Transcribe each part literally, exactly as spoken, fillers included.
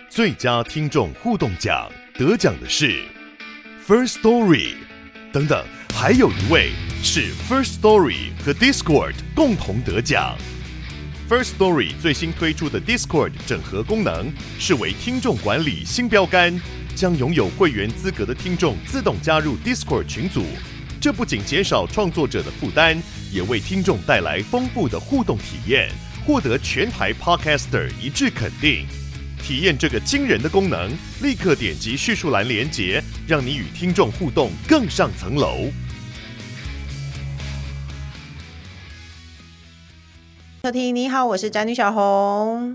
最佳听众互动奖得奖的是 First Story， 等等，还有一位是 First Story 和 Discord 共同得奖。First Story 最新推出的 Discord 整合功能，是为听众管理新标杆，将拥有会员资格的听众自动加入 Discord 群组。这不仅减少创作者的负担，也为听众带来丰富的互动体验，获得全台 Podcaster 一致肯定。体验这个惊人的功能，立刻点击叙述栏连结，让你与听众互动更上层楼。 收听你好，我是宅女小红。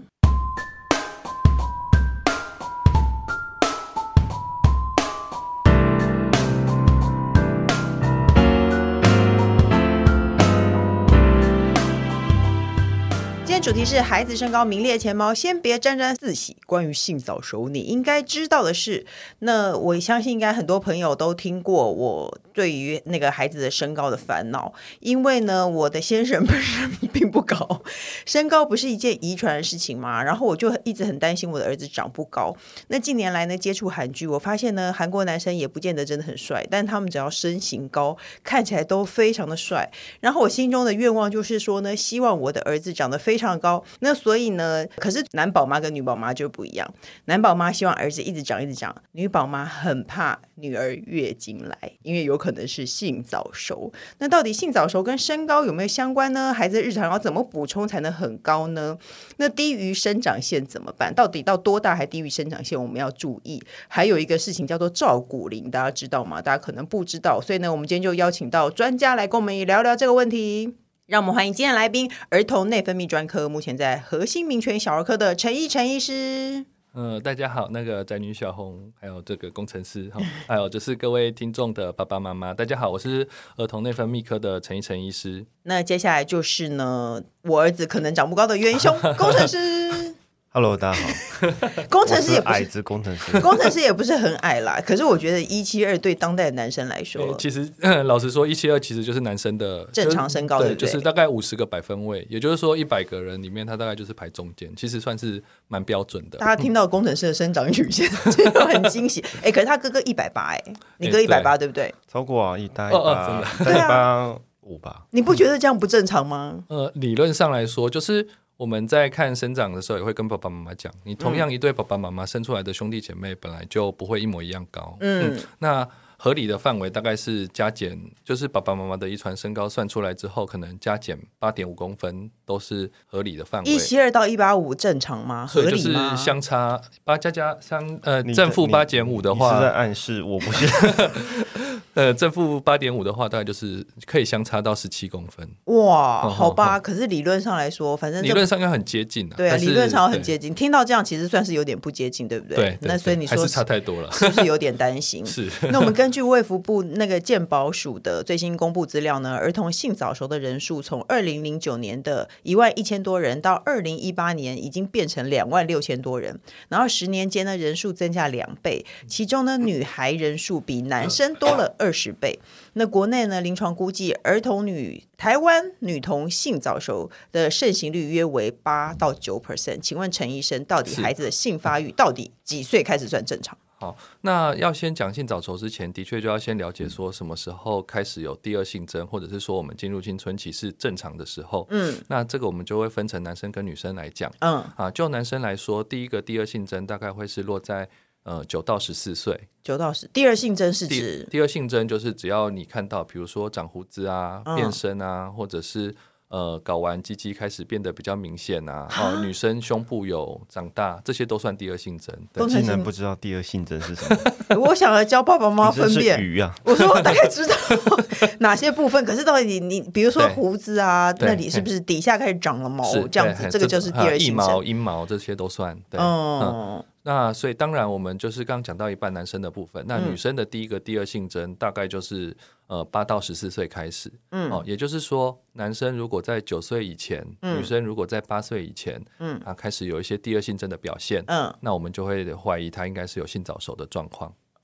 主题是孩子身高名列前茅，先别沾沾自喜。关于性早熟，你应该知道的是，那我相信应该很多朋友都听过我对于那个孩子的身高的烦恼，因为呢，我的先生本人并不高，身高不是一件遗传的事情嘛，然后我就一直很担心我的儿子长不高。那近年来呢，接触韩剧，我发现呢，韩国男生也不见得真的很帅，但他们只要身形高，看起来都非常的帅。然后我心中的愿望就是说呢，希望我的儿子长得非常高。那所以呢，可是男宝妈跟女宝妈就不一样，男宝妈希望儿子一直长一直长，女宝妈很怕女儿月经来，因为有可能是性早熟。那到底性早熟跟身高有没有相关呢？孩子日常要怎么补充才能很高呢？那低于生长线怎么办？到底到多大还低于生长线我们要注意。还有一个事情叫做照骨龄，大家知道吗？大家可能不知道，所以呢，我们今天就邀请到专家来跟我们聊聊这个问题。让我们欢迎今天的来宾，儿童内分泌专科，目前在和欣民权小儿科的陈奕陈医师。 呃，大家好，那个宅女小红，还有这个工程师，还有就是各位听众的爸爸妈妈，大家好，我是儿童内分泌科的陈奕陈医师。 那接下来就是呢，我儿子可能长不高的元凶，工程师。 Hello， 大家好。 工程师也不是矮子，工程师， 工程师也不是很矮啦。可是我觉得一七二对当代的男生来说， 欸、其实老实说，一七二其实就是男生的正常身高，对不对？ 就是大概五十个百分位，也就是说一百个人里面，他大概就是排中间，其实算是蛮标准的。 大家听到工程师的生长曲线，这个很惊喜。哎、欸，可是他哥哥一百八，哎，你哥一百八，对不对？ 超过啊，一大一八，一八五吧。 你不觉得这样不正常吗？ 呃，理论上来说，就是我们在看生长的时候，也会跟爸爸妈妈讲，你同样一对爸爸妈妈生出来的兄弟姐妹，本来就不会一模一样高。嗯，嗯那合理的范围大概是加减，就是爸爸妈妈的遗传身高算出来之后，可能加减八点五公分都是合理的范围。 一七二到一八五正常吗？合理吗？ 所以就是相差八加加相呃正负八减五的话， 你是在暗示我不是？ 呃，正负八点五的话，大概就是可以相差到十七公分。 哇，好吧，可是理论上来说，反正理论上要很接近啊。 对啊，理论上很接近。听到这样，其实算是有点不接近，对不对？ 对，对那所以你说还是差太多了， 是不是有点担心？ 是。 那我们根据卫福部那个健保署的最新公布资料呢，儿童性早熟的人数从二零零九年的一万一千多人，到二零一八年已经变成两万六千多人，然后十年间呢，人数增加两倍，其中呢，女孩人数比男生多了二十倍。那国内呢，临床估计儿童女台湾女童性早熟的盛行率约为八到九 percent。请问陈医生，到底孩子的性发育到底几岁开始算正常？ 好，那要先讲性早熟之前，的确就要先了解说什么时候开始有第二性征，或者是说我们进入青春期是正常的时候。嗯，那这个我们就会分成男生跟女生来讲。嗯，啊，就男生来说，第一个第二性征大概会是落在呃九到十四岁。 九到十，第二性征是指第, 第二性征就是只要你看到，比如说长胡子啊、嗯、变身啊，或者是呃，睾丸鸡鸡开始变得比较明显啊，哦，女生胸部有长大，这些都算第二性征。 我竟然不知道第二性征是什么。 我想要教爸爸妈妈分辨。 鱼啊！ 我说我大概知道哪些部分，可是到底你比如说胡子啊，那里是不是底下开始长了毛这样子？这个就是第二性征。 腋毛、阴毛这些都算。对，嗯。嗯那所以当然我们就是刚刚讲到一半男生的部分，那女生的第一个第二性征大概就是呃八到十四岁开始，嗯、哦，也就是说男生如果在九岁以前、嗯，女生如果在八岁以前，嗯，啊开始有一些第二性征的表现，嗯，那我们就会怀疑他应该是有性早熟的状况。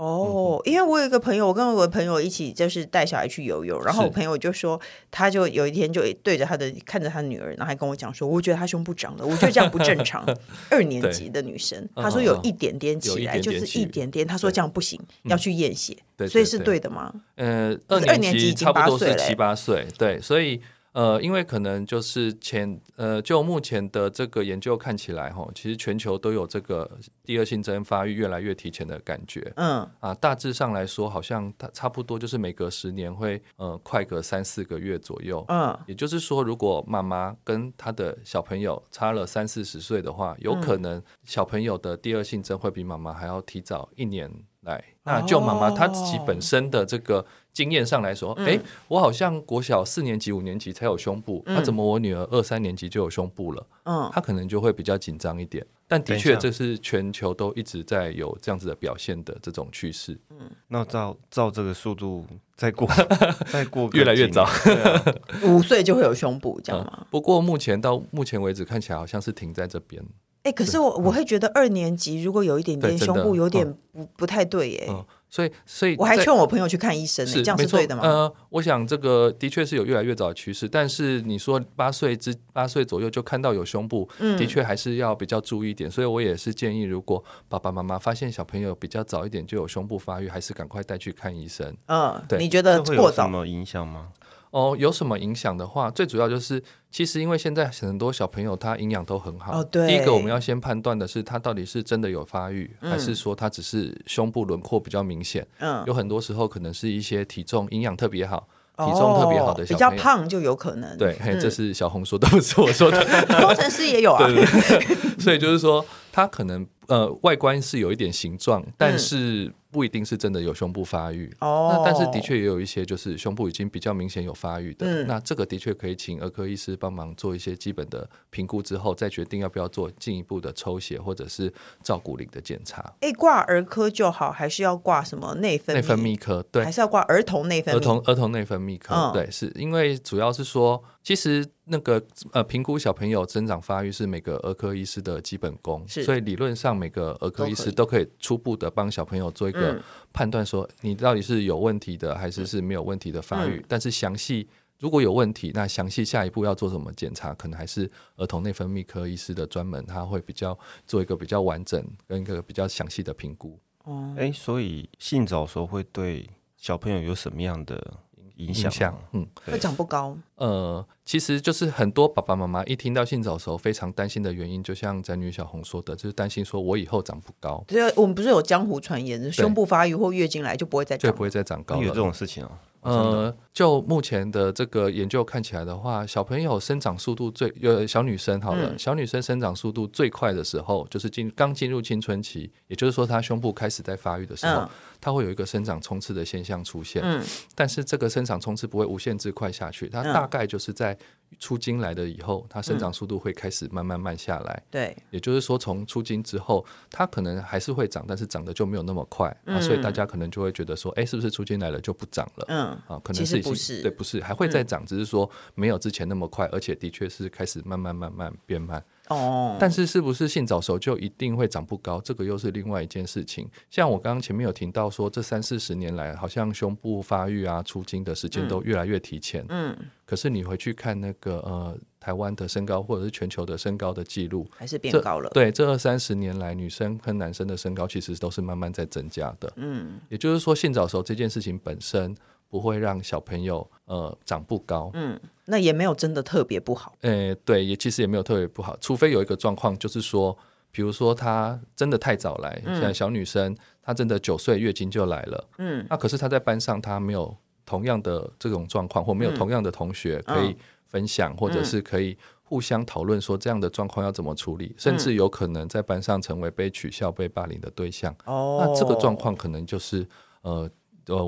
哦，因为我有一个朋友，我跟我的朋友一起就是带小孩去游泳，然后我朋友就说，他就有一天就对着他的看着他女儿，然后还跟我讲说，我觉得他胸部长了，我觉得这样不正常。二年级的女生，他说有一点点起来，就是一点点，他说这样不行，要去验血，所以是对的吗？ 呃，二年级差不多是七八岁，对，所以。呃，因为可能就是前呃，就目前的这个研究看起来哈，其实全球都有这个第二性征发育越来越提前的感觉。嗯啊，大致上来说，好像它差不多就是每隔十年会呃快个三四个月左右。嗯，也就是说，如果妈妈跟她的小朋友差了三四十岁的话，有可能小朋友的第二性征会比妈妈还要提早一年来。那就妈妈她自己本身的这个经验上来说，哎、嗯，我好像国小四年级、五年级才有胸部，那、嗯啊、怎么我女儿二三年级就有胸部了？嗯，她可能就会比较紧张一点。但的确，这是全球都一直在有这样子的表现的这种趋势。 嗯，那照照这个速度再过，再过越来越早， 五、啊、岁就会有胸部，这样吗、 嗯？不过目前到目前为止看起来好像是停在这边。 哎、欸，可是我我会觉得二年级如果有一点点胸部，有点不、嗯、不太对耶。嗯， 所以所以我还劝我朋友去看医生呢，这样是对的吗？ 呃，我想这个的确是有越来越早的趋势，但是你说八岁之八岁左右就看到有胸部，嗯、的确还是要比较注意一点。所以我也是建议，如果爸爸妈妈发现小朋友比较早一点就有胸部发育，还是赶快带去看医生。 嗯，对，你觉得过早会有什么影响吗？ 哦，有什么影响的话，最主要就是其实因为现在很多小朋友他营养都很好、 哦、对， 第一个我们要先判断的是他到底是真的有发育、嗯、还是说他只是胸部轮廓比较明显、嗯、有很多时候可能是一些体重营养特别好体重特别好的小朋友、 哦、比较胖就有可能。 对、嗯、这是小红说的，不是我说的。 工程师也有啊。 对对对，所以就是说他可能呃外观是有一点形状，但是不一定是真的有胸部发育、哦、那但是的确也有一些就是胸部已经比较明显有发育的、嗯、那这个的确可以请儿科医师帮忙做一些基本的评估之后再决定要不要做进一步的抽血或者是照骨龄的检查。 哎，挂儿科就好还是要挂什么内分泌？ 内分泌科，对， 还是要挂儿童内分泌？ 儿童儿童内分泌科、嗯、对，是因为主要是说其实那个呃评估小朋友增长发育是每个儿科医师的基本功，所以理论上每个儿科医师都可以初步的帮小朋友做一个判断说你到底是有问题的还是是没有问题的发育、嗯、但是详细如果有问题，那详细下一步要做什么检查可能还是儿童内分泌科医师的专门，他会比较做一个比较完整跟一个比较详细的评估。 哦，哎，所以性早熟会对小朋友有什么样的影响？影响， 嗯，会长不高。 呃，其实就是很多爸爸妈妈一听到性早熟非常担心的原因，就像宅女小红说的，就是担心说我以后长不高。 对，我们不是有江湖传言，胸部发育或月经来就不会再长， 就不会再长高了。 有这种事情啊？ 呃，就目前的这个研究看起来的话，小朋友生长速度最呃小女生好了、嗯，小女生生长速度最快的时候，就是进刚进入青春期，也就是说她胸部开始在发育的时候，它、嗯、会有一个生长冲刺的现象出现。嗯，但是这个生长冲刺不会无限制快下去，它大概就是在出经来的以后，它生长速度会开始慢慢慢下来。对、嗯，也就是说从出经之后，它可能还是会长，但是长得就没有那么快、嗯啊、所以大家可能就会觉得说，哎，是不是出经来了就不长了？嗯。啊，可能是已经其实不是， 对，不是，还会再长、嗯，只是说没有之前那么快，而且的确是开始慢慢慢慢变慢。哦，但是是不是性早熟就一定会长不高？这个又是另外一件事情。像我刚刚前面有提到说，这三四十年来，好像胸部发育啊、出经的时间都越来越提前。嗯，可是你回去看那个呃台湾的身高或者是全球的身高的记录， 还是变高了。 对，这二三十年来，女生跟男生的身高其实都是慢慢在增加的。嗯，也就是说，性早熟这件事情本身不会让小朋友呃长不高，嗯， 那也没有真的特别不好， 诶，对，也其实也没有特别不好，除非有一个状况，就是说，比如说她真的太早来，嗯、像小女生，她真的九岁月经就来了，嗯，那可是她在班上她没有同样的这种状况，或没有同样的同学可以分享，嗯、或者是可以互相讨论说这样的状况要怎么处理，嗯、甚至有可能在班上成为被取笑、被霸凌的对象，哦，那这个状况可能就是呃。呃，我们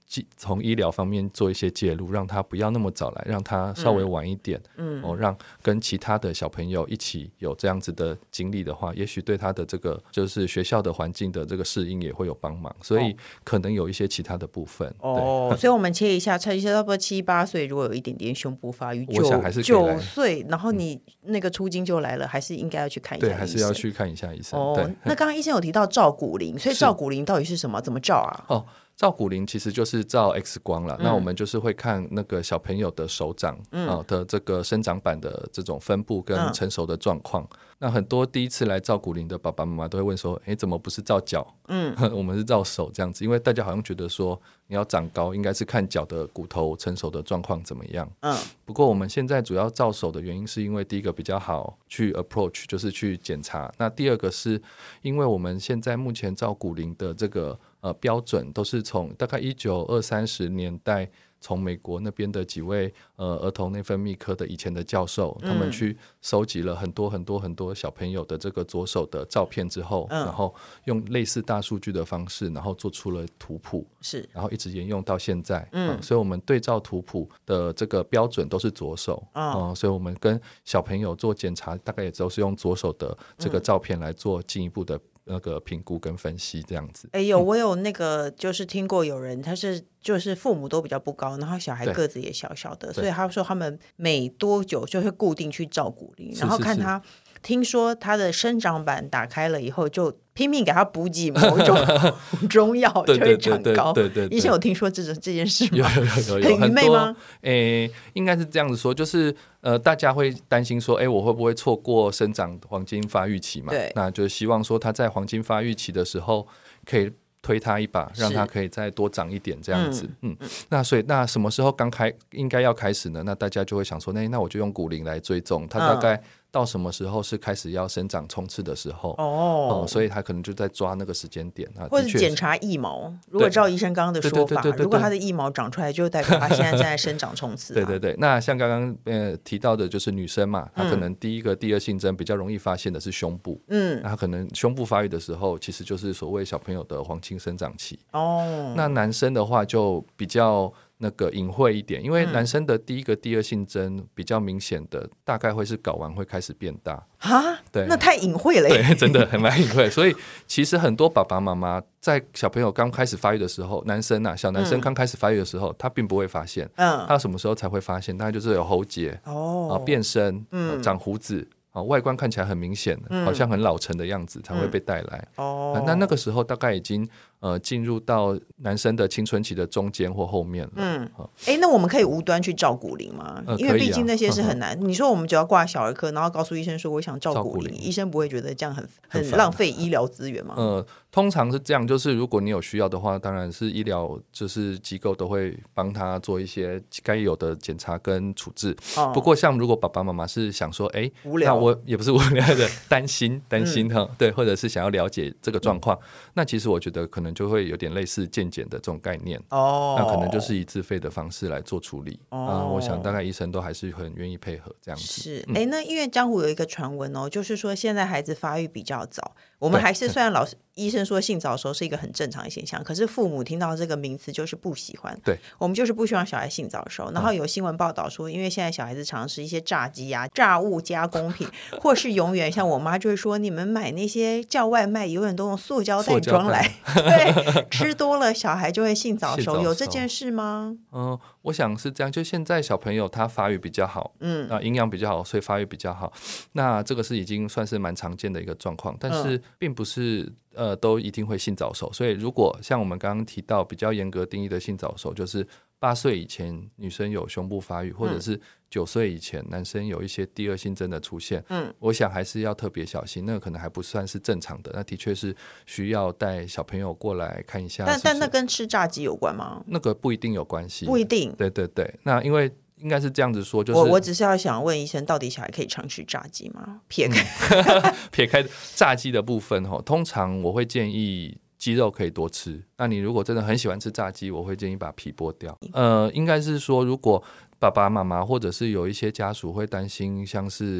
从医疗方面做一些介入，让他不要那么早来，让他稍微晚一点，嗯哦，让跟其他的小朋友一起有这样子的经历的话，也许对他的这个就是学校的环境的这个适应也会有帮忙，所以可能有一些其他的部分。 哦，所以我们切一下，差不多七八岁，如果有一点点胸部发育， 我想还是九岁，然后你那个出经就来了，还是应该要去看一下医生。 对，还是要去看一下医生。 哦， 对， 那刚刚医生有提到照骨龄，所以照骨龄到底是什么？怎么照啊？ 哦。照骨龄其实就是照 X 光了、嗯、那我们就是会看那个小朋友的手掌、嗯呃、的这个生长板的这种分布跟成熟的状况、嗯、那很多第一次来照骨龄的爸爸妈妈都会问说，诶，怎么不是照脚？嗯，我们是照手这样子，因为大家好像觉得说你要长高应该是看脚的骨头成熟的状况怎么样。嗯，不过我们现在主要照手的原因是因为第一个比较好去 approach， 就是去检查，那第二个是因为我们现在目前照骨龄的这个呃标准都是从大概一九二三十年代从美国那边的几位呃儿童内分泌科的以前的教授、嗯、他们去收集了很多很多很多小朋友的这个左手的照片之后、嗯、然后用类似大数据的方式然后做出了图谱，是，然后一直沿用到现在、嗯呃、所以我们对照图谱的这个标准都是左手、哦呃、所以我们跟小朋友做检查大概也都是用左手的这个照片来做进一步的那个评估跟分析这样子。 哎有我有那个就是听过有人他是就是父母都比较不高，然后小孩个子也小小的，所以他说他们每多久就会固定去照骨龄，然后看他听说他的生长板打开了以后就拼命给他补给某种中药就会长高。对对对，医生有听说这这件事吗？ 有有有有很愚昧吗？诶，应该是这样子说，就是呃，大家会担心说，哎，我会不会错过生长黄金发育期嘛？对，那就希望说他在黄金发育期的时候可以推他一把，让他可以再多长一点这样子。嗯, 嗯，那所以那什么时候刚开应该要开始呢？那大家就会想说，那那我就用骨龄来追踪，他大概到什么时候是开始要生长冲刺的时候。哦、嗯，所以他可能就在抓那个时间点， 或者检查腋毛。如果照医生刚刚的说法，如果他的腋毛长出来，就代表他现在正在生长冲刺、啊。 对对对，那像刚刚呃提到的，就是女生嘛，她可能第一个、第二性征比较容易发现的是胸部。嗯，那她可能胸部发育的时候，其实就是所谓小朋友的黄金生长期。哦，那男生的话就比较那个隐晦一点，因为男生的第一个、第二性征比较明显的，大概会是睾丸会开始变大。 哈，对，那太隐晦了耶。 对，真的很蛮隐晦。所以其实很多爸爸妈妈在小朋友刚开始发育的时候，男生啊，小男生刚开始发育的时候，嗯、他并不会发现。嗯，他什么时候才会发现？大概就是有喉结哦，变深，嗯，长胡子。外观看起来很明显、嗯、好像很老成的样子才会被带来、嗯哦、那那个时候大概已经呃进入到男生的青春期的中间或后面了。嗯， 哎，那我们可以无端去照骨龄吗？呃、因为毕竟那些是很难、嗯、你说我们只要挂小儿科然后告诉医生说我想照骨龄，医生不会觉得这样很很浪费医疗资源吗？ 呃通常是这样，就是如果你有需要的话，当然是医疗就是机构都会帮他做一些该有的检查跟处置、哦、不过像如果爸爸妈妈是想说哎， 无聊， 那我也不是无聊的担心担心、嗯、对，或者是想要了解这个状况、嗯、那其实我觉得可能就会有点类似健检的这种概念哦，那可能就是以自费的方式来做处理、哦呃、我想大概医生都还是很愿意配合这样子。 是，哎、嗯，那因为江湖有一个传闻哦，就是说现在孩子发育比较早，我们还是虽然老师医生说性早熟是一个很正常的现象，可是父母听到这个名词就是不喜欢。对，我们就是不希望小孩性早熟。然后有新闻报道说，因为现在小孩子常吃一些炸鸡啊、炸物加工品，或是永远像我妈就会说，你们买那些叫外卖永远都用塑胶袋装来，对，吃多了小孩就会性早熟，有这件事吗？ 嗯、呃，我想是这样，就现在小朋友他发育比较好，嗯，啊，营养比较好，所以发育比较好，那这个是已经算是蛮常见的一个状况，但是并不是。呃，都一定会性早熟，所以如果像我们刚刚提到比较严格定义的性早熟，就是八岁以前女生有胸部发育，或者是九岁以前男生有一些第二性征的出现，嗯，我想还是要特别小心，那个可能还不算是正常的，那的确是需要带小朋友过来看一下是不是。 但但那跟吃炸鸡有关吗？ 那个不一定有关系， 不一定。 对对对，那因为。应该是这样子说，就是我我只是要想问医生，到底小孩可以常吃炸鸡吗？撇开、 嗯、撇开炸鸡的部分，通常我会建议鸡肉可以多吃。那你如果真的很喜欢吃炸鸡，我会建议把皮剥掉。呃，应该是说，如果爸爸妈妈或者是有一些家属会担心，像是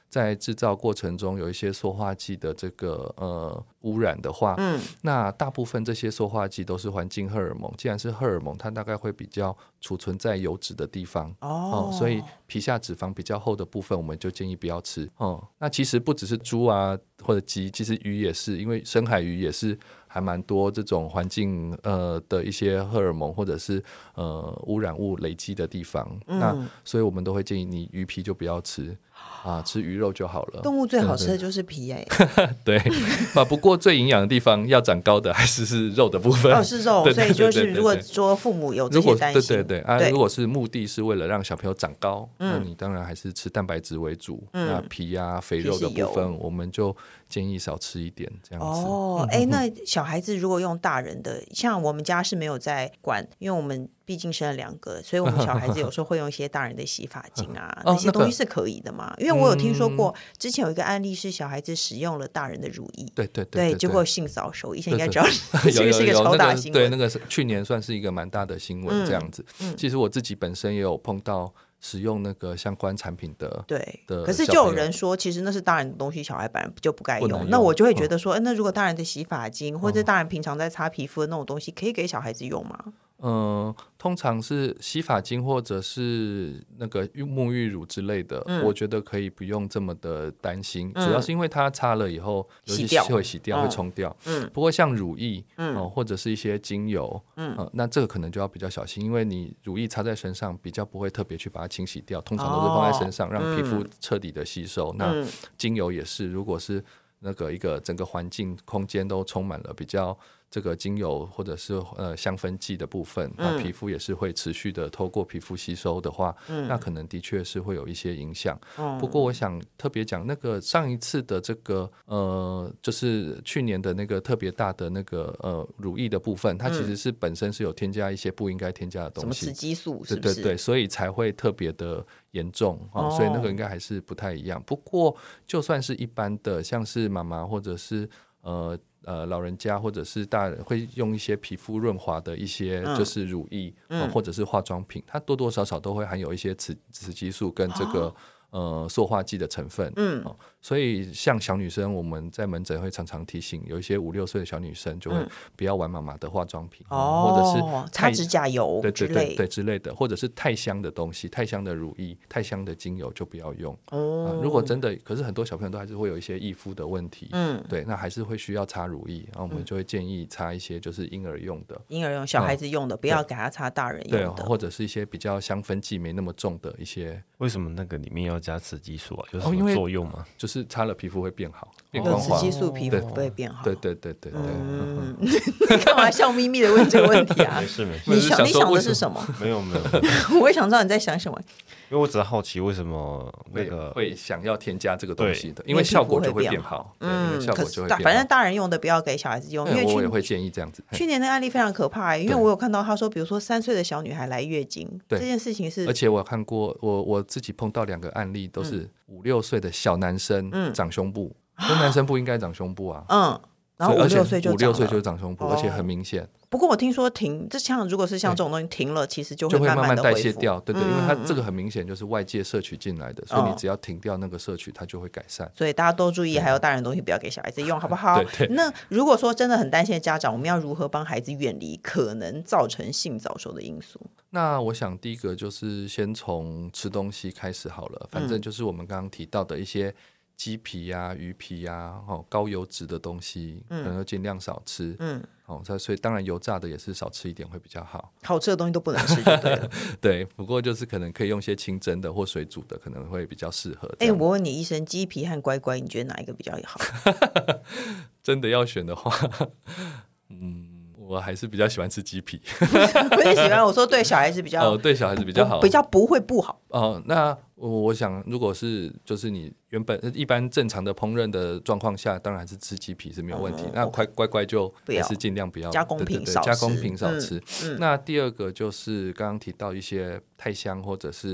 在制造过程中有一些塑化剂的这个呃污染的话，嗯，那大部分这些塑化剂都是环境荷尔蒙，既然是荷尔蒙，它大概会比较储存在油脂的地方，哦，哦所以皮下脂肪比较厚的部分我们就建议不要吃，哦，那其实不只是猪啊或者鸡，其实鱼也是，因为深海鱼也是还蛮多这种环境呃的一些荷尔蒙或者是呃污染物累积的地方，嗯，那所以我们都会建议你鱼皮就不要吃啊，吃鱼肉就好了。 动物最好吃的就是皮哎、 欸，对啊，不过最营养的地方要长高的还是是肉的部分哦，是肉，所以就是如果说父母有这些担心， 对对对啊，如果是目的是为了让小朋友长高，嗯，那你当然还是吃蛋白质为主，嗯，那皮啊肥肉的部分我们就建议少吃一点这样子。 哦，哎、欸，那小孩子如果用大人的，像我们家是没有在管，因为我们毕竟生了两个，所以我们小孩子有时候会用一些大人的洗发精啊，哦，那些东西是可以的嘛？因为我有听说过，嗯、之前有一个案例是小孩子使用了大人的乳液， 对对 对, 对, 对， 结果性早熟，以前应该知道这个是一个超大新闻， 对，那个是去年算是一个蛮大的新闻，这样子。嗯嗯、其实我自己本身也有碰到使用那个相关产品的， 对的， 可是就有人说，其实那是大人的东西，小孩本来就不该用。用那我就会觉得说，嗯、那如果大人的洗发精、嗯、或者大人平常在擦皮肤的那种东西，可以给小孩子用吗？ 嗯，通常是洗发精或者是那个沐浴乳之类的，嗯、我觉得可以不用这么的担心，嗯、主要是因为它擦了以后， 洗掉会洗掉，嗯、会冲掉。嗯，不过像乳液，嗯、呃，或者是一些精油，嗯、呃，那这个可能就要比较小心，因为你乳液擦在身上，比较不会特别去把它清洗掉，通常都是放在身上，哦、让皮肤彻底的吸收。嗯、那精油也是，如果是那个一个整个环境空间都充满了比较这个精油或者是呃香氛剂的部分，那、嗯、皮肤也是会持续的透过皮肤吸收的话，嗯、那可能的确是会有一些影响。嗯、不过我想特别讲那个上一次的这个呃，就是去年的那个特别大的那个呃乳液的部分，它其实是本身是有添加一些不应该添加的东西， 什么雌激素是不是？ 对对对，所以才会特别的严重、哦、所以那个应该还是不太一样。不过就算是一般的，像是妈妈或者是呃呃老人家或者是大人会用一些皮肤润滑的一些就是乳液、嗯呃、或者是化妆品，它多多少少都会含有一些雌雌激素跟这个、哦、呃塑化剂的成分。嗯、呃，所以像小女生我们在门诊会常常提醒，有一些五六岁的小女生就会不要玩妈妈的化妆品、嗯哦、 或者是擦指甲油之类， 对对对对之类的，或者是太香的东西，太香的乳液、太香的精油就不要用。哦呃、如果真的，可是很多小朋友都还是会有一些易肤的问题，嗯，对，那还是会需要擦乳液，然后我们就会建议擦一些就是婴儿用的， 婴儿用小孩子用的，嗯、不要给他擦大人用的， 对，或者是一些比较香氛剂没那么重的一些。 为什么那个里面要加雌激素啊？有什么作用吗？哦、 就是擦了皮肤会变好，变光滑， 有雌激素皮肤会变好。 对对对对对。 嗯，你干嘛笑眯眯的问这个问题啊？ 没事没事。 你想你想的是什么？ 没有没有。 我也想知道你在想什么。 因为我只是好奇为什么那个会想要添加这个东西的，因为效果就会变好。嗯，效果就会变好。 反正大人用的不要给小孩子用，因为我也会建议这样子。 去年的案例非常可怕，因为我有看到他说，比如说三岁的小女孩来月经，这件事情是， 而且我有看过，我我自己碰到两个案例，都是五六岁的小男生长胸部，那男生不应该长胸部啊。嗯。 然后五六岁就五六岁就长胸部，而且很明显。 不过我听说停，这像如果是像这种东西停了，其实就会慢慢代谢掉。对对，因为它这个很明显就是外界摄取进来的，所以你只要停掉那个摄取，它就会改善。 所以大家都注意，还有大人的东西不要给小孩子用，好不好？ 对。 那如果说真的很担心的家长，我们要如何帮孩子远离可能造成性早熟的因素？ 那我想第一个就是先从吃东西开始好了，反正就是我们刚刚提到的一些鸡皮啊、鱼皮啊、哦、高油脂的东西，嗯、可能要尽量少吃。嗯，哦，所以当然油炸的也是少吃一点会比较好。 好吃的东西都不能吃就对了。 对，不过就是可能可以用些清蒸的或水煮的，可能会比较适合。 哎、欸，我问你，医生，鸡皮和乖乖，你觉得哪一个比较好？ 真的要选的话，嗯。我还是比较喜欢吃鸡皮。 不是喜欢，我说对小孩子比较， 哦，对小孩子比较好， 比较不会不好。 哦，那我想，如果是就是你原本一般正常的烹饪的状况下，当然还是吃鸡皮是没有问题。嗯、那乖乖乖就还是尽量不要加工品少吃， 加工品少吃。嗯嗯、那第二个就是刚刚提到一些太香或者是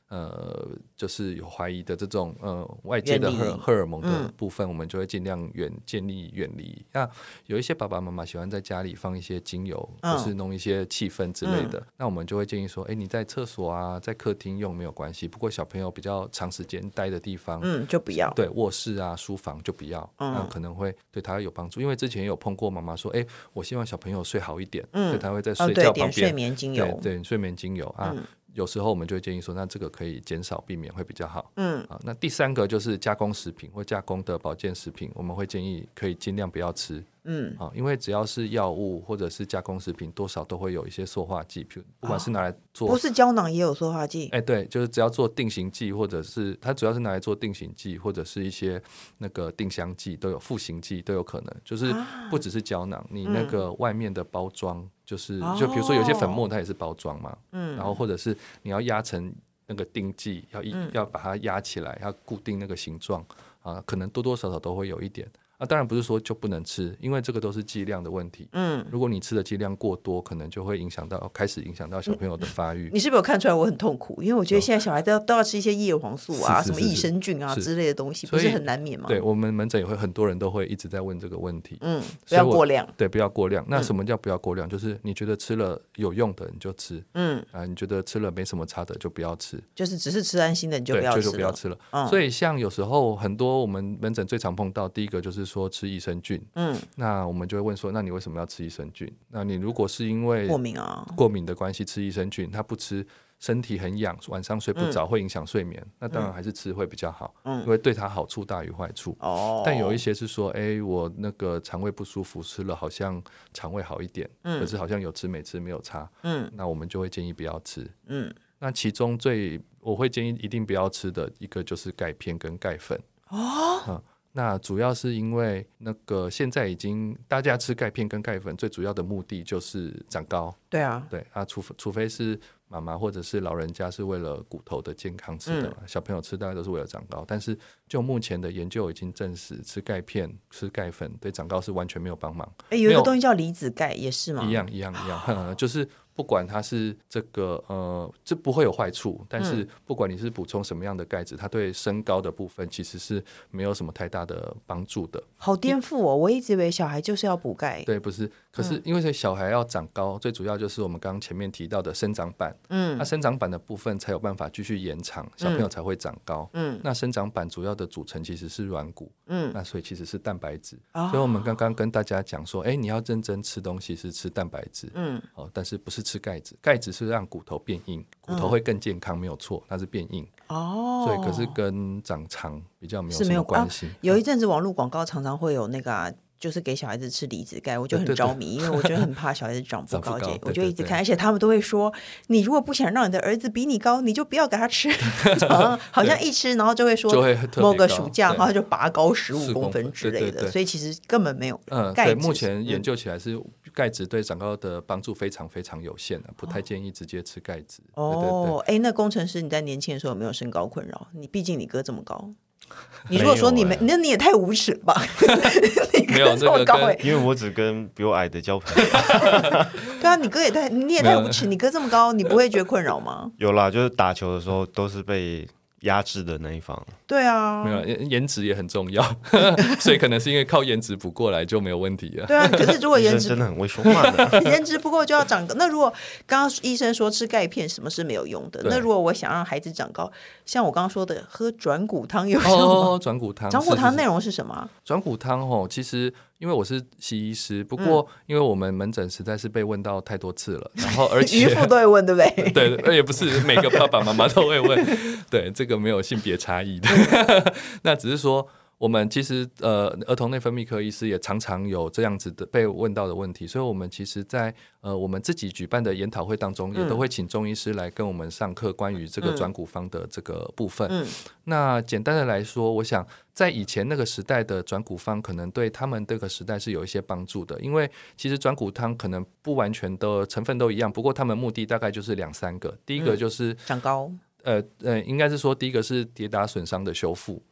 呃，就是有怀疑的这种呃外界的荷荷尔蒙的部分，嗯、我们就会尽量远建立远离。那有一些爸爸妈妈喜欢在家里放一些精油，或、嗯、是弄一些气氛之类的，嗯、那我们就会建议说，哎，你在厕所啊，在客厅用没有关系，不过小朋友比较长时间待的地方， 嗯，就不要。 对，卧室啊、书房就不要，嗯、那可能会对他有帮助。因为之前有碰过妈妈说，哎，我希望小朋友睡好一点，嗯、所以他会在睡觉旁边、哦、 点睡眠精油， 对，对睡眠精油啊。嗯，有时候我们就会建议说，那这个可以减少避免会比较好。嗯，啊，那第三个就是加工食品或加工的保健食品，我们会建议可以尽量不要吃。嗯，啊，因为只要是药物或者是加工食品，多少都会有一些塑化剂，不管是拿来做， 哦、不是胶囊也有塑化剂。 哎，对，就是只要做定型剂，或者是它主要是拿来做定型剂，或者是一些那个定香剂都有，赋形剂都有可能，就是不只是胶囊，啊、你那个外面的包装。嗯，就是就比如说有些粉末它也是包装嘛，嗯，然后或者是你要压成那个定剂，要一、嗯、要把它压起来，要固定那个形状啊，可能多多少少都会有一点。啊，当然不是说就不能吃，因为这个都是剂量的问题。嗯，如果你吃的剂量过多，可能就会影响到开始影响到小朋友的发育。 你是不是有看出来我很痛苦？因为我觉得现在小孩都要都要吃一些叶黄素啊，什么益生菌啊之类的东西，不是很难免吗？ 对，我们门诊也会很多人都会一直在问这个问题。 嗯，不要过量。 对，不要过量。那什么叫不要过量？就是你觉得吃了有用的你就吃，嗯啊，你觉得吃了没什么差的就不要吃， 就是只是吃安心的你就不要吃了， 对，就不要吃了。嗯，所以像有时候很多我们门诊最常碰到，第一个就是说吃益生菌。嗯，那我们就会问说，那你为什么要吃益生菌？那你如果是因为过敏啊， 过敏的关系吃益生菌，他不吃身体很痒，晚上睡不着，嗯、会影响睡眠，那当然还是吃会比较好，嗯、因为对他好处大于坏处。哦，但有一些是说，哎，我那个肠胃不舒服，吃了好像肠胃好一点，嗯、可是好像有吃没吃没有差，嗯，那我们就会建议不要吃。嗯，那其中最我会建议一定不要吃的一个就是钙片跟钙粉。哦。嗯，那主要是因为那个现在已经大家吃钙片跟钙粉最主要的目的就是长高。 对啊， 对啊，除除非是妈妈或者是老人家是为了骨头的健康吃的嘛，嗯、小朋友吃大概都是为了长高。但是就目前的研究已经证实，吃钙片、吃钙粉对长高是完全没有帮忙。 哎，有一个东西叫离子钙，也是吗？ 一样一样一样，就是不管它是这个呃，这不会有坏处，但是不管你是补充什么样的钙质，它对身高的部分其实是没有什么太大的帮助的。 好颠覆哦！我一直以为小孩就是要补钙。 对，不是。可是因为小孩要长高，嗯、最主要就是我们刚刚前面提到的生长板。嗯，那生长板的部分才有办法继续延长，小朋友才会长高。嗯，那生长板主要的组成其实是软骨。嗯，那所以其实是蛋白质。哦、所以我们刚刚跟大家讲说，哎，你要认真吃东西是吃蛋白质。嗯，哦，但是不是吃钙质？钙质是让骨头变硬，骨头会更健康，没有错，它是变硬。哦，所以可是跟长长比较没有什么关系。 啊、有一阵子网络广告常常会有那个、啊。就是给小孩子吃离子钙，我就很着迷，对对对，因为我觉得很怕小孩子长不高，这我就一直看，而且他们都会说，你如果不想让你的儿子比你高，你就不要给他吃，好像一吃，然后就会说某个暑假，然后他就拔高十五公分之类的，对对对，所以其实根本没有钙质。 嗯，对，目前研究起来是钙质对长高的帮助非常非常有限的，不太建议直接吃钙质。 哦，哎，那工程师你在年轻的时候有没有身高困扰？你毕竟你哥这么高。你如果说你没，那、欸、你也太无耻了吧？ 没有这么高哎、 欸，因为我只跟比我矮的交朋友。 对啊，你哥也太，你也太无耻，你哥这么高，你不会觉得困扰吗？ 有啦，就是打球的时候都是被压制的那一方。 对啊， 没有颜值也很重要，所以可能是因为靠颜值补过来就没有问题了。 对啊，可是如果颜值真的很会说话的， 颜值不够就要长高。那如果刚刚医生说吃钙片什么是没有用的，那如果我想让孩子长高，像我刚刚说的喝转骨汤有用吗？ 哦，转骨汤， 转骨汤内容是什么？ 转骨汤哦，其实因为我是西医师，不过因为我们门诊实在是被问到太多次了，然后而且渔夫都会问，对不对？ 对，也不是每个爸爸妈妈都会问，对，这个没有性别差异的。那只是说我们其实呃儿童内分泌科医师也常常有这样子的被问到的问题，所以我们其实在呃我们自己举办的研讨会当中，也都会请中医师来跟我们上课关于这个转骨方的这个部分。嗯，那简单的来说，我想在以前那个时代的转骨方可能对他们这个时代是有一些帮助的，因为其实转骨汤可能不完全的成分都一样，不过他们目的大概就是两三个，第一个就是、嗯、 长高。 呃呃，应该是说第一个是跌打损伤的修复，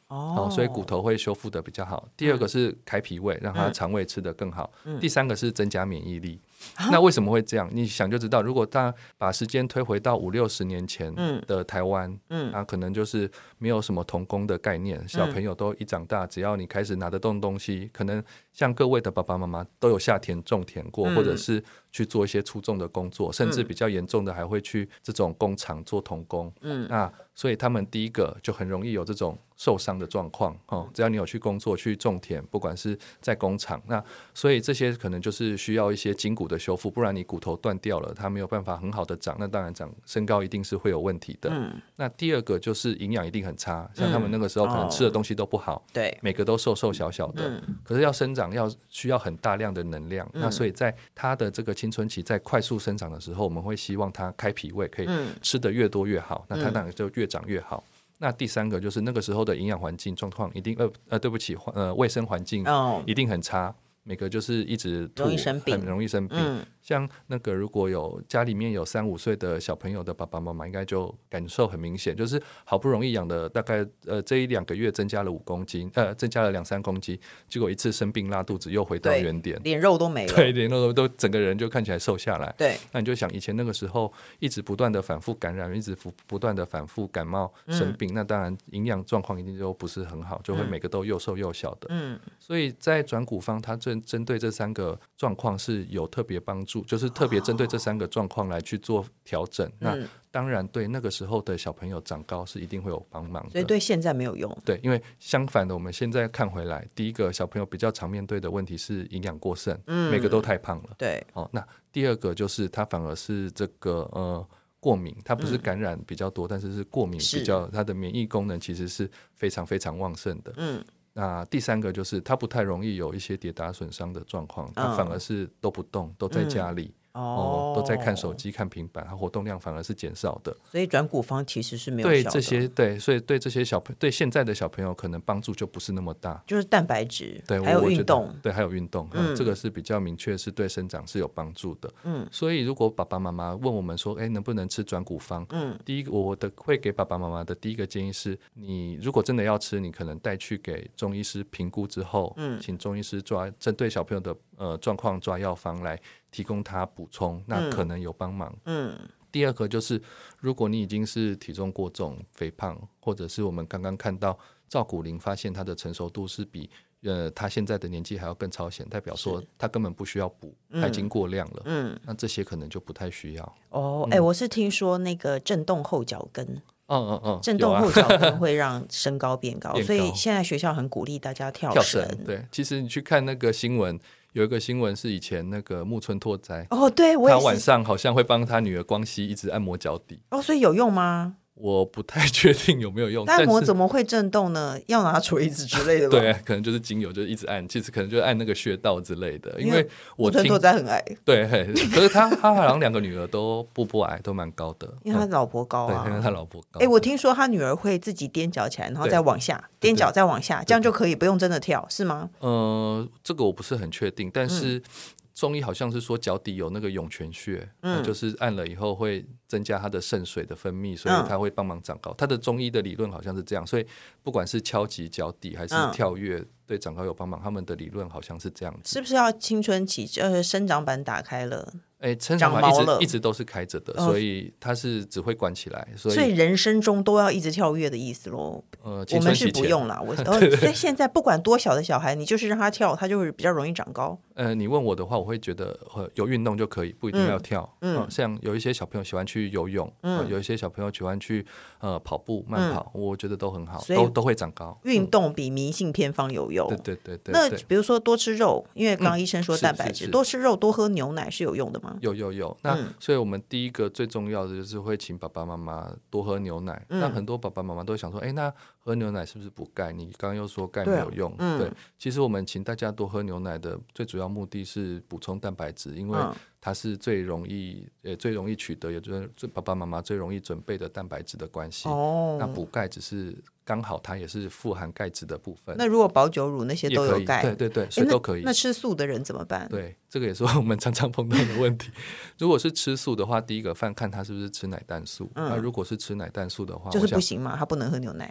哦， 所以骨头会修复的比较好。第二个是开脾胃，让他肠胃吃得更好。嗯、第三个是增加免疫力。啊、那为什么会这样？你想就知道，如果大家把时间推回到五六十年前的台湾，嗯，那、啊、可能就是没有什么童工的概念，小朋友都一长大，只要你开始拿得动东西，可能像各位的爸爸妈妈都有下田种田过，嗯、或者是去做一些粗重的工作，甚至比较严重的还会去这种工厂做童工。嗯，那所以他们第一个就很容易有这种受伤的状况、哦、只要你有去工作去种田，不管是在工厂，那所以这些可能就是需要一些筋骨的修复，不然你骨头断掉了，它没有办法很好的长，那当然长身高一定是会有问题的。嗯、那第二个就是营养一定很差，像他们那个时候可能吃的东西都不好，对、嗯，每个都瘦瘦小小的、嗯、可是要生长要需要很大量的能量、嗯、那所以在他的这个青春期在快速生长的时候，我们会希望他开脾胃，可以吃的越多越好、嗯、那他当然就越长越好。那第三个就是那个时候的营养环境状况一定呃呃对不起呃卫生环境一定很差，每个就是一直吐， 容易生病， 很容易生病。嗯、像那个如果有家里面有三五岁的小朋友的爸爸妈妈，应该就感受很明显，就是好不容易养的大概呃这一两个月增加了五公斤，呃增加了两三公斤，结果一次生病拉肚子又回到原点， 连肉都没了， 对，连肉都整个人就看起来瘦下来。 对， 那你就想以前那个时候一直不断的反复感染，一直不断的反复感冒生病，嗯、那当然营养状况一定就不是很好，就会每个都又瘦又小的。嗯，所以在转骨方，它针针对这三个状况是有特别帮助，就是特别针对这三个状况来去做调整。哦、那当然对那个时候的小朋友长高是一定会有帮忙的， 所以对现在没有用。 对，因为相反的，我们现在看回来，第一个小朋友比较常面对的问题是营养过剩，嗯、每个都太胖了。 对， 哦，那第二个就是他反而是这个呃过敏，他不是感染比较多，嗯、但是是过敏比较，他的免疫功能其实是非常非常旺盛的。嗯。那第三个就是他不太容易有一些跌打损伤的状况，他反而是都不动，都在家里。嗯哦，都在看手机看平板，它活动量反而是减少的， 所以转骨方其实是没有效的。 对这些对，所以对这些小朋友，对现在的小朋友可能帮助就不是那么大， 就是蛋白质， 对， 还有运动， 对，还有运动、嗯嗯，这个是比较明确是对生长是有帮助的。嗯，所以如果爸爸妈妈问我们说，哎，能不能吃转骨方？嗯，第一个我的会给爸爸妈妈的第一个建议是，你如果真的要吃，你可能带去给中医师评估之后，嗯，请中医师抓针对小朋友的呃状况抓药方来提供他补充，那可能有帮忙。嗯，第二个就是如果你已经是体重过重肥胖，或者是我们刚刚看到照骨龄发现他的成熟度是比呃他现在的年纪还要更超前，代表说他根本不需要补，他已经过量了。嗯，那这些可能就不太需要。 哦，哎、嗯欸，我是听说那个震动后脚跟。 嗯嗯嗯， 震动后脚跟会让身高变高，变高，所以现在学校很鼓励大家跳绳。跳绳， 对，其实你去看那个新闻，有一个新闻是以前那个木村拓哉， 哦，对，我也是， 他晚上好像会帮他女儿光熙一直按摩脚底。 哦，所以有用吗？ 我不太确定有没有用， 按摩怎么会震动呢？要拿锤子之类的吧？ 对，可能就是精油，就是一直按，其实可能就是按那个穴道之类的。因为我听拓哉很矮， 对，可是他他好像两个女儿都不不矮，都蛮高的， 因为他老婆高啊。 对，因为他老婆高。 哎，我听说他女儿会自己踮脚起来，然后再往下，踮脚再往下，这样就可以不用真的跳，是吗？ 呃，这个我不是很确定，但是。嗯，中医好像是说脚底有那个涌泉穴，嗯，就是按了以后会增加它的肾水的分泌，所以它会帮忙长高。它的中医的理论好像是这样，所以不管是敲击脚底还是跳跃，嗯，对长高有帮忙，他们的理论好像是这样子。 是不是要青春期呃生长板打开了？ 哎，生长板一直一直都是开着的，所以它是只会关起来，所以所以人生中都要一直跳跃的意思咯。 呃， 我们是不用啦，我所以现在不管多小的小孩，你就是让他跳，他就会比较容易长高。 呃，你问我的话，我会觉得呃有运动就可以，不一定要跳。嗯，呃、像有一些小朋友喜欢去游泳，嗯，呃、有一些小朋友喜欢去呃跑步慢跑，嗯，我觉得都很好，都都会长高。 运动比迷信偏方有用。 对对对对。 那比如说多吃肉，因为刚刚医生说蛋白质，嗯，多吃肉多喝牛奶是有用的吗？ 有有有。那，嗯，所以我们第一个最重要的就是会请爸爸妈妈多喝牛奶。嗯，那很多爸爸妈妈都会想说，哎，那喝牛奶是不是补钙？你刚刚又说钙没有用。对，啊嗯，对，其实我们请大家多喝牛奶的最主要目的是补充蛋白质，因为它是最容易呃最容易取得，也就是爸爸妈妈最容易准备的蛋白质的关系。哦，那补钙只是刚好它也是富含钙质的部分。 那如果保久乳那些都有钙， 对对对，所以都可以。 那, 那吃素的人怎么办？ 对，这个也是我们常常碰到的问题。如果是吃素的话，第一个饭看他是不是吃奶蛋素。嗯，那如果是吃奶蛋素的话， 就是不行嘛，他不能喝牛奶。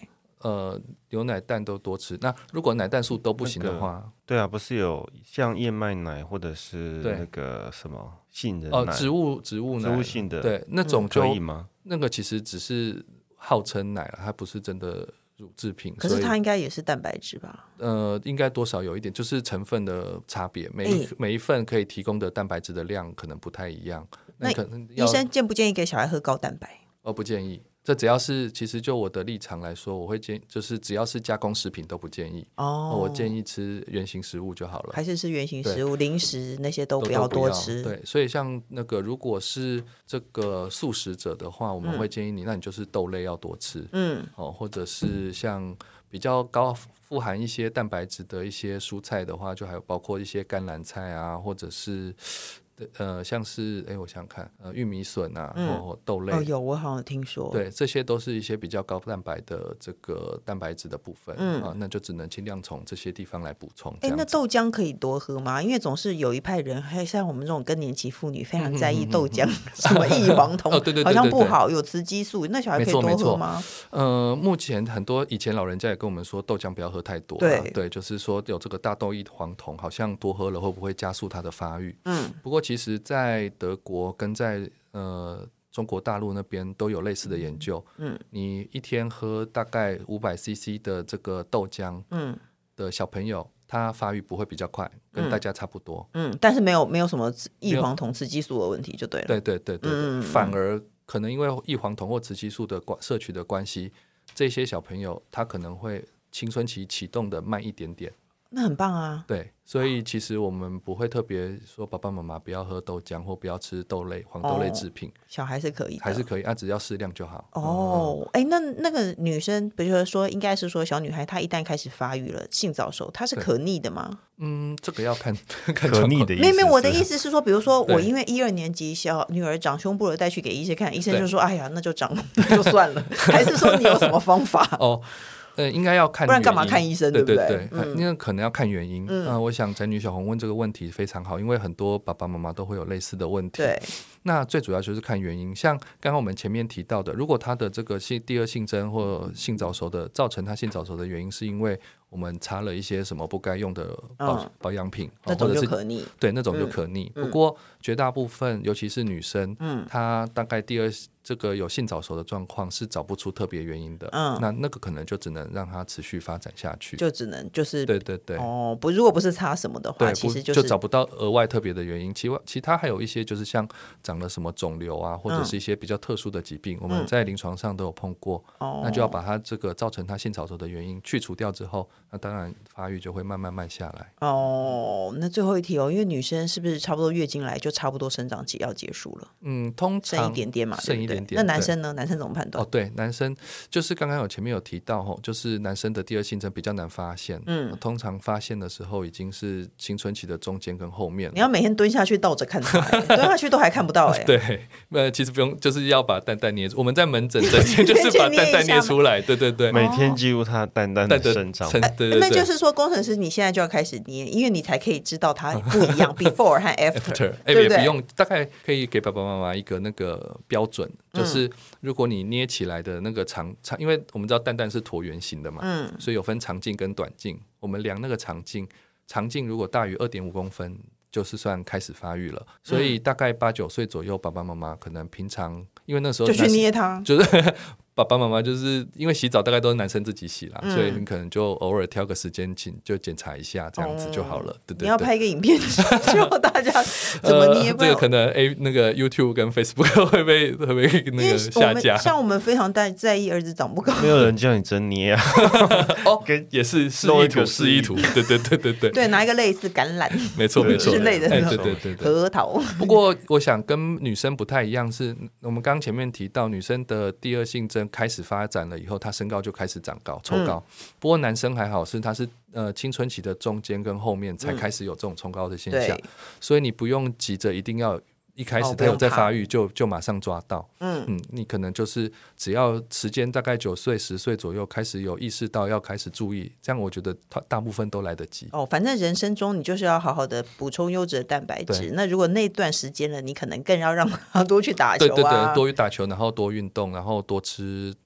呃牛奶蛋都多吃。那如果奶蛋素都不行的话，那個、 对啊，不是有像燕麦奶或者是那个什么杏仁奶， 哦、呃，植物植物奶， 植物性的， 对，那种就、 嗯、可以吗？ 那个其实只是号称奶了，它不是真的乳制品。 可是它应该也是蛋白质吧？ 呃，应该多少有一点，就是成分的差别，每一、欸、每一份可以提供的蛋白质的量可能不太一样。 那可能医生建不建议给小孩喝高蛋白？ 哦，不建议。这只要是，其实就我的立场来说，我会建议，就是只要是加工食品都不建议。哦，我建议吃原型食物就好了。 还是吃原型食物，零食那些都不要多吃。 对，所以像那个如果是这个素食者的话，我们会建议你，嗯、那你就是豆类要多吃。嗯，哦，或者是像比较高富含一些蛋白质的一些蔬菜的话，就还有包括一些甘蓝菜啊，或者是。呃，像是哎，我想想看，呃，玉米笋啊，嗯、或豆类， 哦，有，我好像听说， 对，这些都是一些比较高蛋白的这个蛋白质的部分，嗯啊，那就只能尽量从这些地方来补充。 哎，那豆浆可以多喝吗？因为总是有一派人，还像我们这种更年期妇女，非常在意豆浆，什么异黄酮， 哦，对对对对对， 好像不好，有雌激素，那小孩可以多喝吗？ 呃，目前很多以前老人家也跟我们说，豆浆不要喝太多，对对，就是说有这个大豆异黄酮，好像多喝了会不会加速它的发育？嗯，不过其实，在德国跟在呃中国大陆那边都有类似的研究。嗯，你一天喝大概五百 C C 的这个豆浆，嗯，的小朋友，他发育不会比较快，跟大家差不多。嗯， 嗯但是没有没有什么异黄酮、雌激素的问题就对了。 对对对对对，嗯、反而可能因为异黄酮或雌激素的摄取的关系，这些小朋友他可能会青春期启动的慢一点点。 那很棒啊。 对，所以其实我们不会特别说爸爸妈妈不要喝豆浆或不要吃豆类黄豆类制品、哦、 小孩是可以的， 还是可以啊，只要适量就好。 哦，哎、嗯，那那个女生比如说应该是说小女孩她一旦开始发育了，性早熟，她是可逆的吗？ 嗯，这个要看看可逆的意思。 没有没有，我的意思是说，比如说我因为一二年级小女儿长胸部了，带去给医生看，医生就说哎呀那就长就算了还是说你有什么方法？ 哦呃，应该要看原因， 不然干嘛看医生？对不对？ 对对对，嗯、因为可能要看原因。嗯，呃、我想宅女小红问这个问题非常好，因为很多爸爸妈妈都会有类似的问题。 对， 那最主要就是看原因。像刚刚我们前面提到的，如果他的这个性第二性征或性早熟的，造成他性早熟的原因，是因为我们擦了一些什么不该用的保、嗯、保养品， 那种就可逆。 对，那种就可逆。嗯、不过绝大部分，尤其是女生，嗯，她大概第二这个有性早熟的状况是找不出特别原因的。嗯，那那个可能就只能让它持续发展下去， 就只能就是对对对哦，不，如果不是擦什么的话，其实就是就找不到额外特别的原因。其其他还有一些就是像长了什么肿瘤啊，或者是一些比较特殊的疾病，嗯、我们在临床上都有碰过。哦，那就要把它这个造成它性早熟的原因去除掉之后，那当然发育就会慢慢慢下来。 哦，那最后一题哦，因为女生是不是差不多月经来就差不多生长期要结束了？ 嗯，通常剩一点点嘛， 剩一点点。 那男生呢？男生怎么判断？ 哦，对，男生就是刚刚有前面有提到吼，就是男生的第二性征比较难发现。嗯，通常发现的时候已经是青春期的中间跟后面了。 你要每天蹲下去倒着看他、欸，蹲下去都还看不到哎、欸。 对，呃，其实不用，就是要把蛋蛋捏出。我们在门诊诊间就是把蛋蛋捏出来。对对对， 每天记录他蛋蛋的生长。 对对对， 那就是说，工程师你现在就要开始捏，因为你才可以知道它不一样，before 和 after。 哎，也不用，大概可以给爸爸妈妈一个那个标准，就是如果你捏起来的那个长长，因为我们知道蛋蛋是椭圆形的嘛，嗯，所以有分长径跟短径。我们量那个长径，长径如果大于二点五公分，就是算开始发育了。所以大概八九岁左右，爸爸妈妈可能平常因为那时候就去捏它， 就是。爸爸妈妈就是因为洗澡大概都是男生自己洗啦、嗯、所以你可能就偶尔挑个时间请就检查一下这样子就好了、哦、对对对， 你要拍一个影片教大家怎么捏、呃、 这个可能 A 那个 YouTube 跟 Facebook 会被会被那个下架。 像我们非常在意儿子长不高， 没有人叫你真捏啊哦，也是示意图示意图，对对对对对对，拿一个类似橄榄没错没错之类的那种、 哎、对对对对核桃。 不过我想跟女生不太一样，是我们刚刚前面提到女生的第二性征开始发展了以后，他身高就开始长高抽高、嗯、不过男生还好，是他是呃青春期的中间跟后面才开始有这种冲高的现象、嗯、所以你不用急着一定要一开始他有在发育就、哦、就马上抓到。 嗯, 嗯你可能就是只要时间大概九岁十岁左右开始有意识到要开始注意，这样我觉得大部分都来得及。 哦，反正人生中你就是要好好的补充优质的蛋白质，那如果那段时间了，你可能更要让他多去打球啊， 对对对，多去打球，然后多运动，然后多吃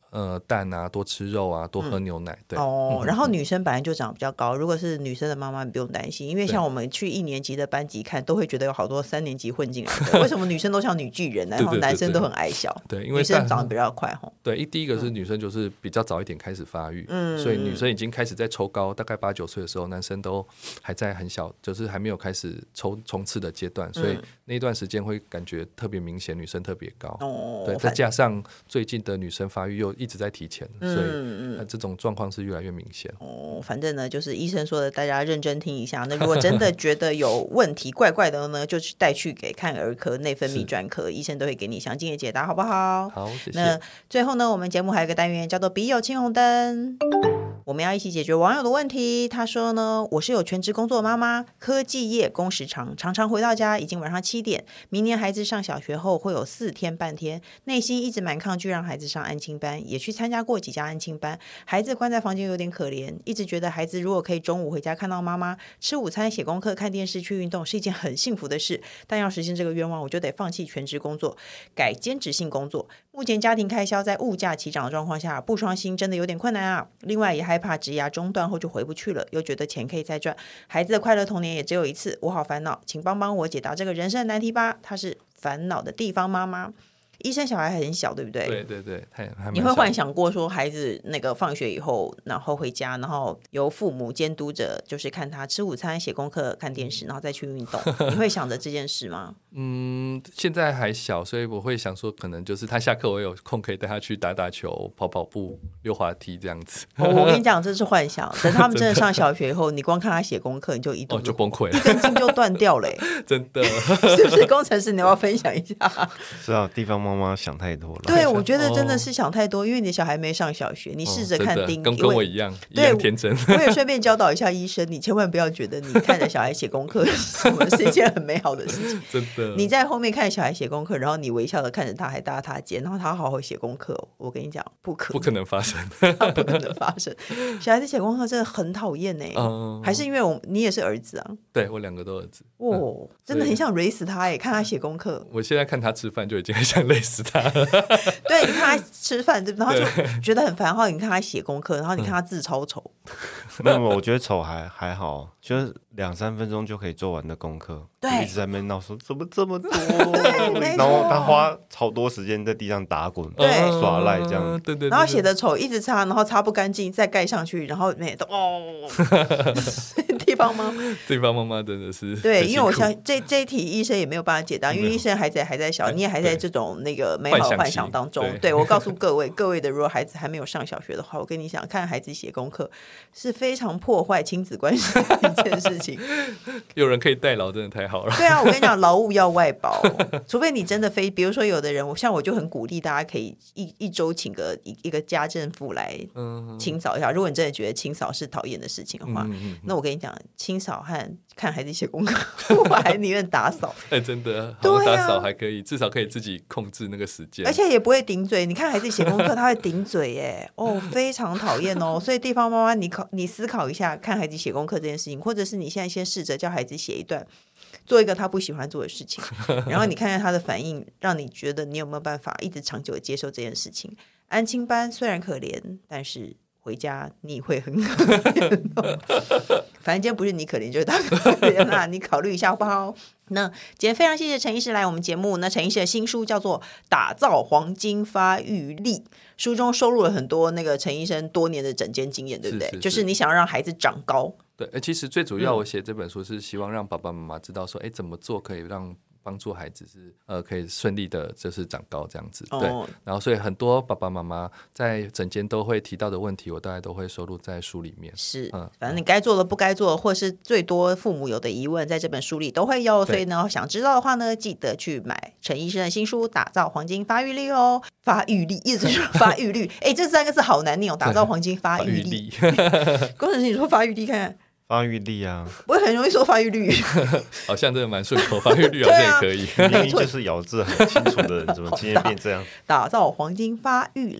呃蛋啊，多吃肉啊，多喝牛奶。嗯、对哦、 嗯， 然后女生本来就长比较高，如果是女生的妈妈，你不用担心，因为像我们去一年级的班级看，都会觉得有好多三年级混进来的。为什么女生都像女巨人，然后男生都很矮小？ 对，因为女生长得比较快吼。 对，第一个是女生就是比较早一点开始发育，嗯，所以女生已经开始在抽高，大概八九岁的时候，男生都还在很小，就是还没有开始抽冲刺的阶段，所以那一段时间会感觉特别明显，女生特别高。哦，对，再加上最近的女生发育又一直在提前，嗯、所以这种状况是越来越明显。 哦，反正呢，就是医生说的，大家认真听一下。那如果真的觉得有问题、怪怪的呢，就去带去给看儿科、内分泌专科，医生都会给你详尽的解答，好不好？ 好，谢谢。 那最后呢，我们节目还有一个单元叫做“笔友青红灯”。我们要一起解决网友的问题。他说呢，我是有全职工作的妈妈，科技业工时长，常常回到家已经晚上七点。明年孩子上小学后会有四天半天，内心一直蛮抗拒让孩子上安亲班，也去参加过几家安亲班。孩子关在房间有点可怜，一直觉得孩子如果可以中午回家看到妈妈吃午餐、写功课、看电视、去运动是一件很幸福的事。但要实现这个愿望，我就得放弃全职工作，改兼职性工作。目前家庭开销在物价齐涨的状况下，不双薪真的有点困难啊。另外也害怕职涯中断后就回不去了，又觉得钱可以再赚，孩子的快乐童年也只有一次，我好烦恼，请帮帮我解答这个人生的难题吧。她是烦恼的地方妈妈。医生小孩很小对不对？ 对对对，还还你会幻想过说孩子那个放学以后然后回家，然后由父母监督着，就是看他吃午餐、写功课、看电视，然后再去运动你会想着这件事吗？ 嗯，现在还小，所以我会想说可能就是他下课我有空可以带他去打打球、跑跑步、溜滑梯这样子。 哦、我跟你讲这是幻想，等他们真的上小学以后你光看他写功课你就一度、 哦、就崩溃了， 一根筋就断掉了真的是不是？工程师你要不要分享一下？ 是啊，地方妈妈想太多了。 对，我觉得真的是想太多、哦、因为你的小孩没上小学，你试着看丁、哦、 跟, 跟我一样一样天真。 我也顺便教导一下医生，你千万不要觉得你看着小孩写功课什么是一件很美好的事情真的， 你在后面看小孩写功课，然后你微笑的看着他还搭他肩，然后他好好写功课，我跟你讲不可能不可能发生不可能发生小孩子写功课真的很讨厌耶、嗯、还是因为我你也是儿子啊？ 对，我两个都儿子。 哦、嗯，真的很想累死他耶，看他写功课。 我现在看他吃饭就已经很想累死他了对，你看他吃饭然后就觉得很烦，然后你看他写功课，然后你看他字超丑。 那么我觉得丑还还好，就是两三分钟就可以做完的功课， 对， 一直在那边闹说怎么这么多然后他花好多时间在地上打滚， 对， 耍赖这样， 对 对, 对， 然后写的丑一直擦，然后擦不干净再盖上去，然后每都哦地方妈妈地方妈妈真的是对，因为我想这这一题医生也没有办法解答，因为医生孩子还在小，你也还在这种那个美好的幻想当中。对，对我告诉各位各位的，如果孩子还没有上小学的话，我跟你讲，看孩子写功课是非常破坏亲子关系的一件事情有人可以代劳真的太好了。 对啊，我跟你讲，劳务要外包除非你真的非比如说有的人，像我就很鼓励大家可以一一周请个 一, 一个家政妇来清扫一下、嗯、如果你真的觉得清扫是讨厌的事情的话、嗯嗯嗯、那我跟你讲，清扫和看孩子写功课我还宁愿打扫哎、欸，真的好好打扫还可以、啊、至少可以自己控制那个时间， 而且也不会顶嘴。你看孩子写功课他会顶嘴耶哦，非常讨厌哦。所以地方妈妈你考你思考一下，看孩子写功课这件事情，或者是你现在先试着叫孩子写一段做一个他不喜欢做的事情然后你看看他的反应，让你觉得你有没有办法一直长久的接受这件事情。安亲班虽然可怜，但是回家你会很可怜、哦、反正今天不是你可怜就是他可怜啦你考虑一下好不好？那今天非常谢谢陈医师来我们节目。那陈医师的新书叫做《打造黄金发育力》，书中收录了很多那个陈医生多年的诊间经验，对不对？是是是，就是你想要让孩子长高。 对，其实最主要我写这本书是希望让爸爸妈妈知道说，哎、嗯，怎么做可以让帮助孩子是呃可以顺利的就是长高这样子、哦、对。然后所以很多爸爸妈妈在诊间都会提到的问题，我大概都会收录在书里面。 是、嗯、反正你该做的不该做的，或是最多父母有的疑问，在这本书里都会有。所以呢想知道的话呢，记得去买陈医生的新书《打造黄金发育力》哦。发育力一直说发育力哎，这三个字好难念哦，打造黄金发育力工程师你说发育力看看。 发育力啊， 我很容易说发育率好像真的蛮顺口，发育率好像也可以、 啊、明明就是咬字很清楚的人怎么今天变这样？ 打造黄金发育力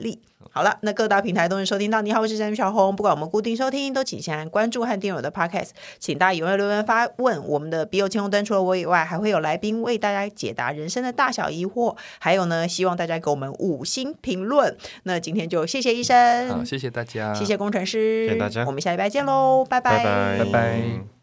好了，那各大平台都能收听到。你好，我是詹小红。不管我们固定收听，都请先按关注和订阅我的 podcast。请大家踊跃留言发问。我们的笔友青红灯除了我以外，还会有来宾为大家解答人生的大小疑惑。还有呢，希望大家给我们五星评论。那今天就谢谢医生， 好，谢谢大家， 谢谢工程师， 谢谢大家， 我们下礼拜见喽，拜拜， 拜拜， 拜拜。